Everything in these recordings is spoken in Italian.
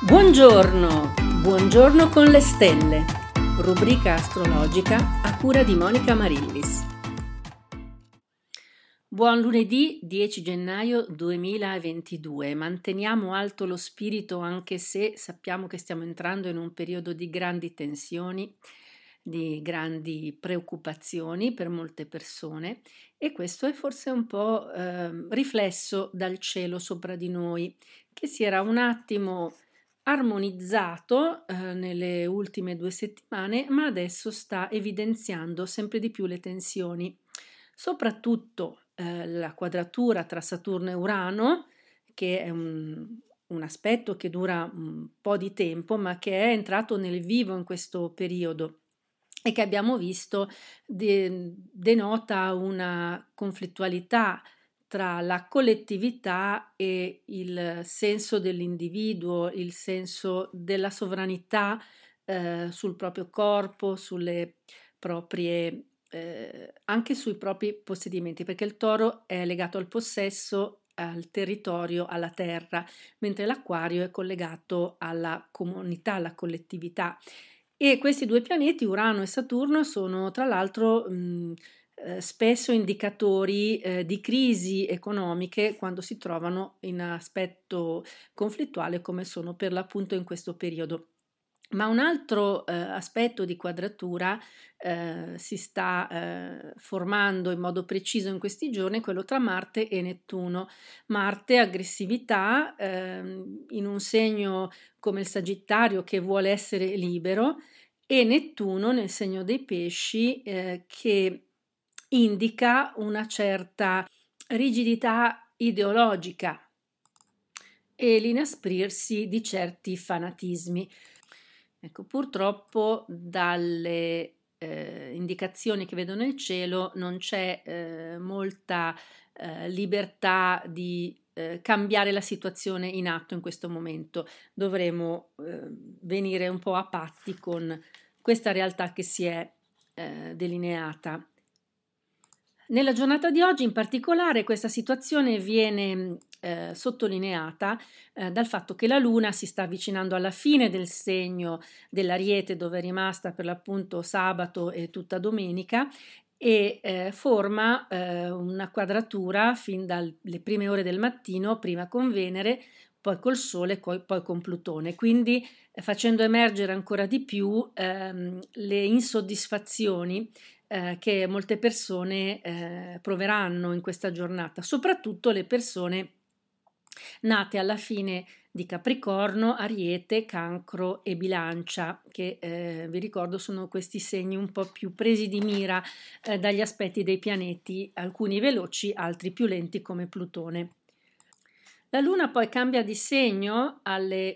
Buongiorno, buongiorno con le stelle, rubrica astrologica a cura di Monica Marillis. Buon lunedì 10 gennaio 2022, manteniamo alto lo spirito anche se sappiamo che stiamo entrando in un periodo di grandi tensioni, di grandi preoccupazioni per molte persone e questo è forse un po' riflesso dal cielo sopra di noi che si era un attimo armonizzato nelle ultime 2 settimane, ma adesso sta evidenziando sempre di più le tensioni, soprattutto la quadratura tra Saturno e Urano, che è un aspetto che dura un po' di tempo, ma che è entrato nel vivo in questo periodo e che abbiamo visto denota una conflittualità tra la collettività e il senso dell'individuo, il senso della sovranità sul proprio corpo, sulle proprie, anche sui propri possedimenti, perché il toro è legato al possesso, al territorio, alla terra, mentre l'acquario è collegato alla comunità, alla collettività. E questi 2 pianeti, Urano e Saturno, sono tra l'altro spesso indicatori di crisi economiche quando si trovano in aspetto conflittuale come sono per l'appunto in questo periodo. Ma un altro aspetto di quadratura si sta formando in modo preciso in questi giorni, è quello tra Marte e Nettuno. Marte, aggressività, in un segno come il Sagittario che vuole essere libero, e Nettuno nel segno dei Pesci che indica una certa rigidità ideologica e l'inasprirsi di certi fanatismi. Ecco, purtroppo dalle indicazioni che vedo nel cielo non c'è molta libertà di cambiare la situazione in atto in questo momento. Dovremo venire un po' a patti con questa realtà che si è delineata. Nella giornata di oggi in particolare questa situazione viene sottolineata dal fatto che la Luna si sta avvicinando alla fine del segno dell'Ariete, dove è rimasta per l'appunto sabato e tutta domenica, e forma una quadratura fin dalle prime ore del mattino, prima con Venere, poi col Sole, poi con Plutone, quindi facendo emergere ancora di più le insoddisfazioni che molte persone proveranno in questa giornata, soprattutto le persone nate alla fine di Capricorno, Ariete, Cancro e Bilancia, che vi ricordo sono questi segni un po' più presi di mira dagli aspetti dei pianeti, alcuni veloci, altri più lenti come Plutone. La Luna poi cambia di segno alle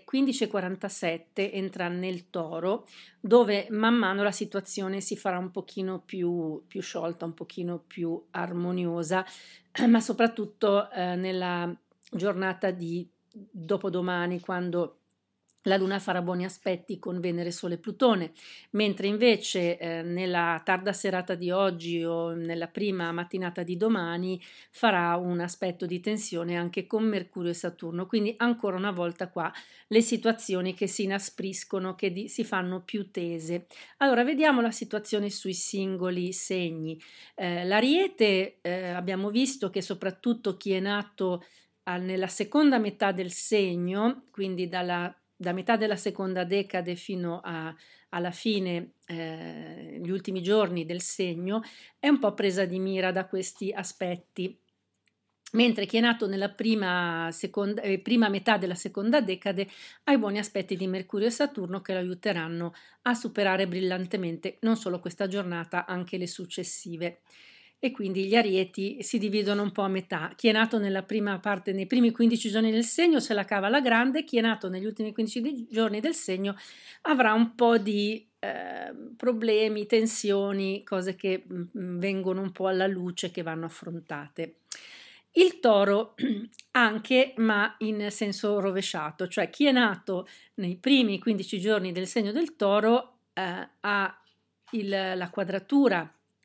15:47, entra nel Toro, dove man mano la situazione si farà un pochino più sciolta, un pochino più armoniosa, ma soprattutto nella giornata di dopodomani, quando la Luna farà buoni aspetti con Venere, Sole e Plutone, mentre invece nella tarda serata di oggi o nella prima mattinata di domani farà un aspetto di tensione anche con Mercurio e Saturno, quindi ancora una volta qua le situazioni che si inaspriscono, che si fanno più tese. Allora vediamo la situazione sui singoli segni. L'Ariete abbiamo visto che soprattutto chi è nato nella seconda metà del segno, quindi da metà della seconda decade fino alla fine, gli ultimi giorni del segno, è un po' presa di mira da questi aspetti, mentre chi è nato nella prima metà della seconda decade ha i buoni aspetti di Mercurio e Saturno che lo aiuteranno a superare brillantemente non solo questa giornata, anche le successive. E quindi gli arieti si dividono un po' a metà. Chi è nato nella prima parte, nei primi 15 giorni del segno, se la cava alla grande, chi è nato negli ultimi 15 giorni del segno avrà un po' di problemi, tensioni, cose che vengono un po' alla luce, che vanno affrontate. Il Toro anche, ma in senso rovesciato, cioè chi è nato nei primi 15 giorni del segno del Toro ha la quadratura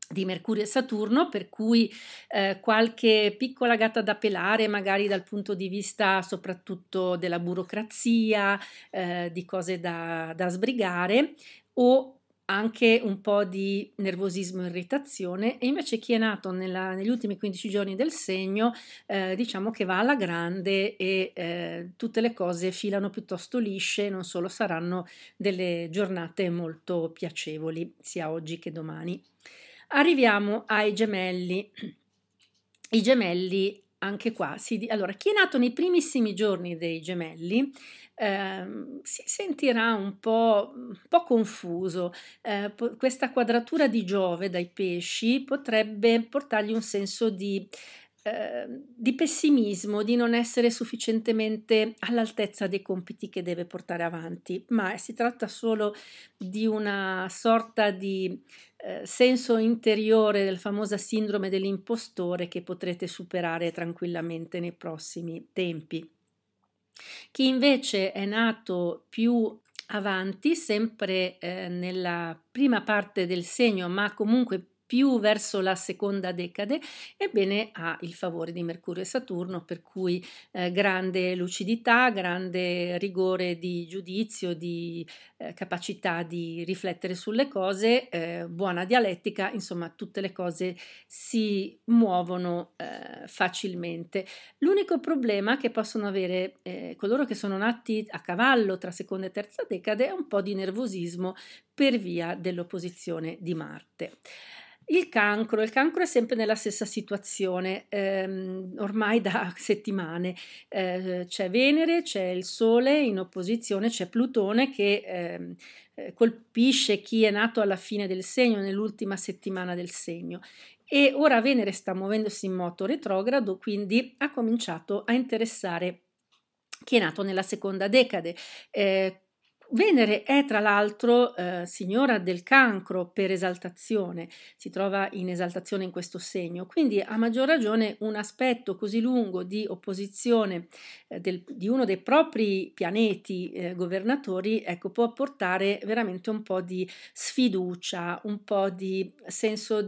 di Mercurio e Saturno, per cui qualche piccola gatta da pelare, magari dal punto di vista soprattutto della burocrazia, di cose da sbrigare, o anche un po' di nervosismo e irritazione. E invece chi è nato negli ultimi 15 giorni del segno, diciamo che va alla grande e tutte le cose filano piuttosto lisce, non solo saranno delle giornate molto piacevoli, sia oggi che domani. Arriviamo ai gemelli. I gemelli, anche qua, allora, chi è nato nei primissimi giorni dei gemelli si sentirà un po' confuso. Questa quadratura di Giove dai pesci potrebbe portargli un senso di pessimismo, di non essere sufficientemente all'altezza dei compiti che deve portare avanti, ma si tratta solo di una sorta di senso interiore della famosa sindrome dell'impostore che potrete superare tranquillamente nei prossimi tempi. Chi invece è nato più avanti, sempre nella prima parte del segno, ma comunque più verso la seconda decade, ebbene ha il favore di Mercurio e Saturno, per cui grande lucidità, grande rigore di giudizio, di capacità di riflettere sulle cose, buona dialettica, insomma tutte le cose si muovono facilmente. L'unico problema che possono avere coloro che sono nati a cavallo tra seconda e terza decade è un po' di nervosismo per via dell'opposizione di Marte. Il cancro è sempre nella stessa situazione, ormai da settimane. C'è Venere, c'è il Sole in opposizione, c'è Plutone che colpisce chi è nato alla fine del segno, nell'ultima settimana del segno. E ora Venere sta muovendosi in moto retrogrado, quindi ha cominciato a interessare chi è nato nella seconda decade. Venere è tra l'altro signora del cancro per esaltazione, si trova in esaltazione in questo segno, quindi a maggior ragione un aspetto così lungo di opposizione di uno dei propri pianeti governatori, ecco, può portare veramente un po' di sfiducia, un po' di senso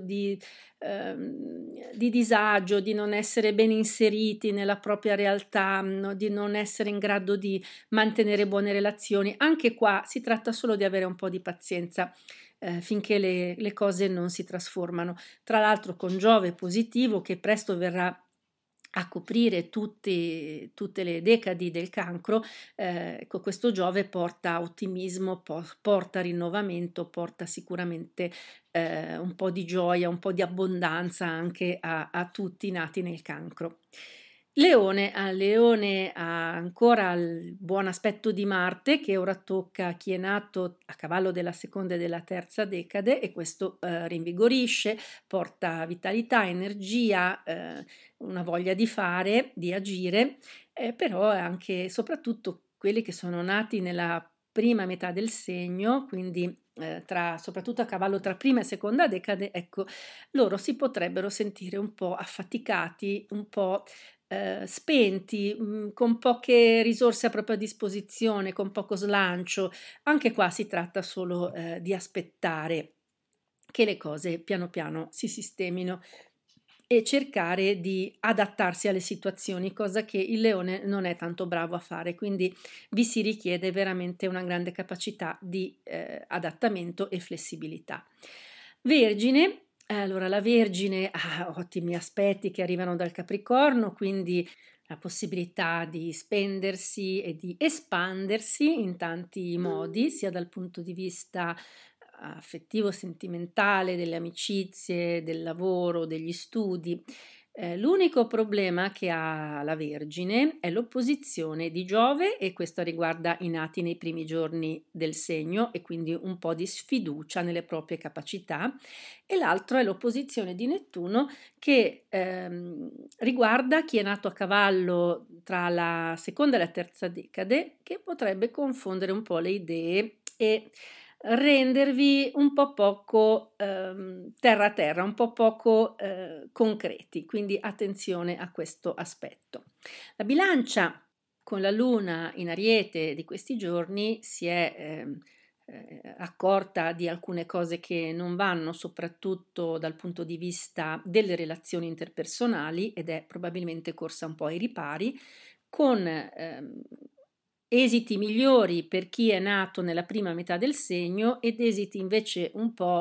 di disagio, di non essere ben inseriti nella propria realtà, no? Di non essere in grado di mantenere buone relazioni. Anche qua si tratta solo di avere un po' di pazienza finché le cose non si trasformano. Tra l'altro con Giove positivo che presto verrà a coprire tutte le decadi del cancro, ecco, questo Giove porta ottimismo, porta rinnovamento, porta sicuramente un po' di gioia, un po' di abbondanza anche a tutti i nati nel cancro. Leone ha ancora il buon aspetto di Marte che ora tocca a chi è nato a cavallo della seconda e della terza decade e questo rinvigorisce, porta vitalità, energia, una voglia di fare, di agire, però anche e soprattutto quelli che sono nati nella prima metà del segno, quindi soprattutto a cavallo tra prima e seconda decade, ecco, loro si potrebbero sentire un po' affaticati, un po' spenti, con poche risorse a propria disposizione, con poco slancio. Anche qua si tratta solo di aspettare che le cose piano piano si sistemino e cercare di adattarsi alle situazioni, cosa che il leone non è tanto bravo a fare, quindi vi si richiede veramente una grande capacità di adattamento e flessibilità. Vergine, allora la Vergine ha ottimi aspetti che arrivano dal Capricorno, quindi la possibilità di spendersi e di espandersi in tanti modi, sia dal punto di vista affettivo, sentimentale, delle amicizie, del lavoro, degli studi. L'unico problema che ha la Vergine è l'opposizione di Giove e questo riguarda i nati nei primi giorni del segno e quindi un po' di sfiducia nelle proprie capacità e l'altro è l'opposizione di Nettuno che riguarda chi è nato a cavallo tra la seconda e la terza decade che potrebbe confondere un po' le idee e rendervi un po' poco terra a terra, un po' poco concreti, quindi attenzione a questo aspetto. La bilancia con la luna in Ariete di questi giorni si è accorta di alcune cose che non vanno, soprattutto dal punto di vista delle relazioni interpersonali, ed è probabilmente corsa un po' ai ripari, con esiti migliori per chi è nato nella prima metà del segno ed esiti invece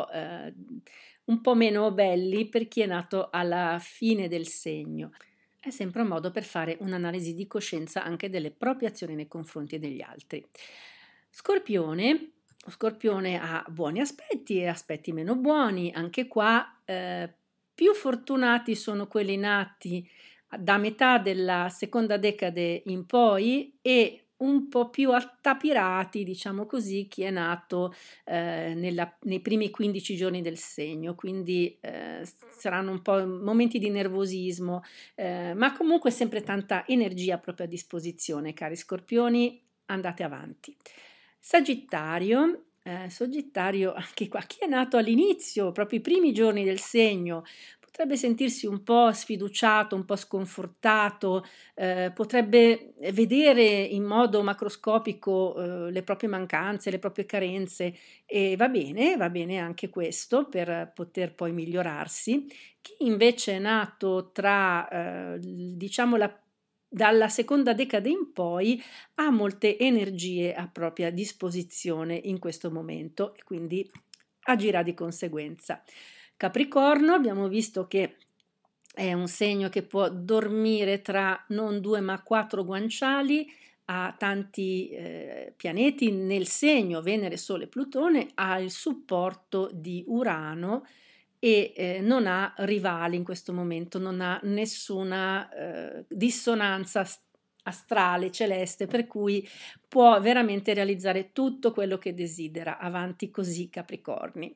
un po' meno belli per chi è nato alla fine del segno. È sempre un modo per fare un'analisi di coscienza anche delle proprie azioni nei confronti degli altri. Scorpione. Scorpione ha buoni aspetti e aspetti meno buoni. Anche qua più fortunati sono quelli nati da metà della seconda decade in poi e un po' più attapirati, diciamo così, chi è nato nei primi 15 giorni del segno, quindi saranno un po' momenti di nervosismo, ma comunque sempre tanta energia a propria disposizione, cari scorpioni, andate avanti. Sagittario. Sagittario, anche qua, chi è nato all'inizio, proprio i primi giorni del segno, potrebbe sentirsi un po' sfiduciato, un po' sconfortato, potrebbe vedere in modo macroscopico le proprie mancanze, le proprie carenze e va bene anche questo per poter poi migliorarsi. Chi invece è nato tra, diciamo, dalla seconda decade in poi ha molte energie a propria disposizione in questo momento e quindi agirà di conseguenza. Capricorno, abbiamo visto che è un segno che può dormire tra non 2 ma 4 guanciali, ha tanti pianeti nel segno, Venere, Sole, Plutone, ha il supporto di Urano e non ha rivali in questo momento, non ha nessuna dissonanza astrale, celeste, per cui può veramente realizzare tutto quello che desidera. Avanti così, Capricorni.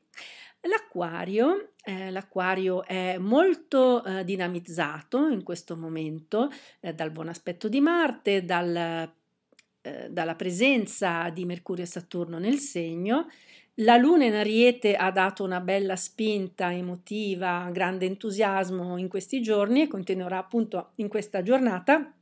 L'acquario è molto dinamizzato in questo momento dal buon aspetto di Marte, dalla presenza di Mercurio e Saturno nel segno. La Luna in Ariete ha dato una bella spinta emotiva, grande entusiasmo in questi giorni e continuerà appunto in questa giornata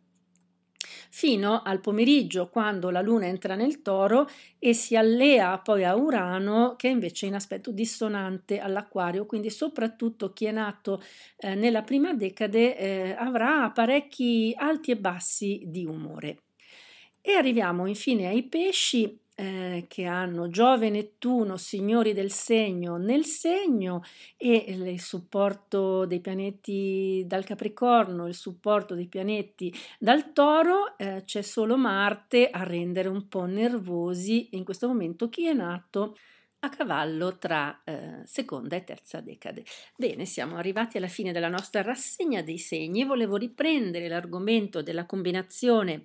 fino al pomeriggio, quando la Luna entra nel Toro e si allea poi a Urano, che è invece in aspetto dissonante all'Acquario, quindi soprattutto chi è nato nella prima decade avrà parecchi alti e bassi di umore. E arriviamo infine ai pesci che hanno Giove e Nettuno, signori del segno, nel segno e il supporto dei pianeti dal Capricorno, il supporto dei pianeti dal Toro, c'è solo Marte a rendere un po' nervosi in questo momento chi è nato a cavallo tra seconda e terza decade. Bene, siamo arrivati alla fine della nostra rassegna dei segni. Volevo riprendere l'argomento della combinazione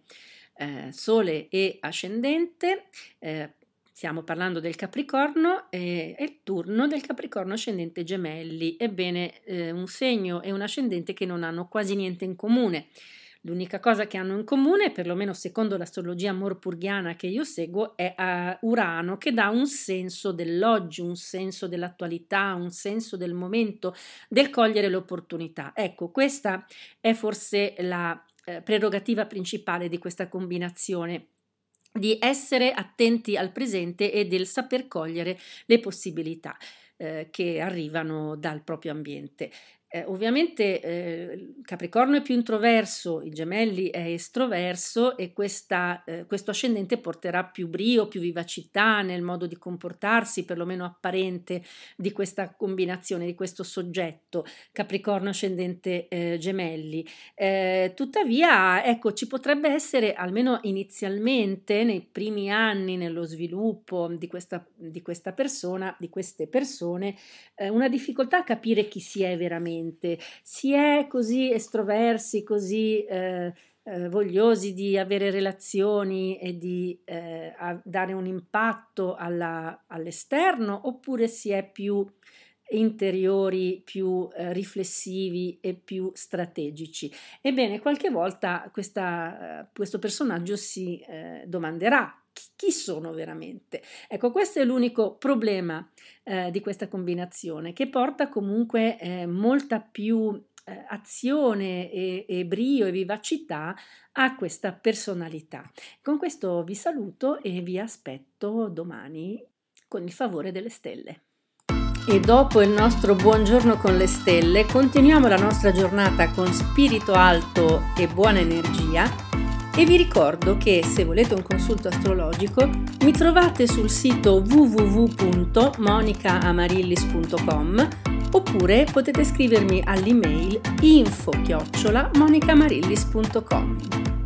Sole e ascendente. Stiamo parlando del Capricorno e è il turno del Capricorno ascendente Gemelli. Ebbene, un segno e un ascendente che non hanno quasi niente in comune. L'unica cosa che hanno in comune, perlomeno secondo l'astrologia morpurghiana che io seguo, è Urano, che dà un senso dell'oggi, un senso dell'attualità, un senso del momento, del cogliere l'opportunità. Ecco, questa è forse la prerogativa principale di questa combinazione, di essere attenti al presente e del saper cogliere le possibilità che arrivano dal proprio ambiente. Ovviamente Capricorno è più introverso, il Gemelli è estroverso e questo ascendente porterà più brio, più vivacità nel modo di comportarsi, perlomeno apparente, di questa combinazione, di questo soggetto Capricorno ascendente Gemelli. Tuttavia, ecco, ci potrebbe essere, almeno inizialmente, nei primi anni nello sviluppo di questa persona, di queste persone, una difficoltà a capire chi si è veramente. Si è così estroversi, così vogliosi di avere relazioni e di dare un impatto all'esterno, oppure si è più interiori, più riflessivi e più strategici. Ebbene, qualche volta questo personaggio si domanderà chi sono veramente. Ecco, questo è l'unico problema di questa combinazione, che porta comunque molta più azione e brio e vivacità a questa personalità. Con questo vi saluto e vi aspetto domani. con il favore delle stelle. E dopo il nostro buongiorno con le stelle, continuiamo la nostra giornata con spirito alto e buona energia e vi ricordo che se volete un consulto astrologico mi trovate sul sito www.monicaamarillis.com oppure potete scrivermi all'email info@monicamarillis.com.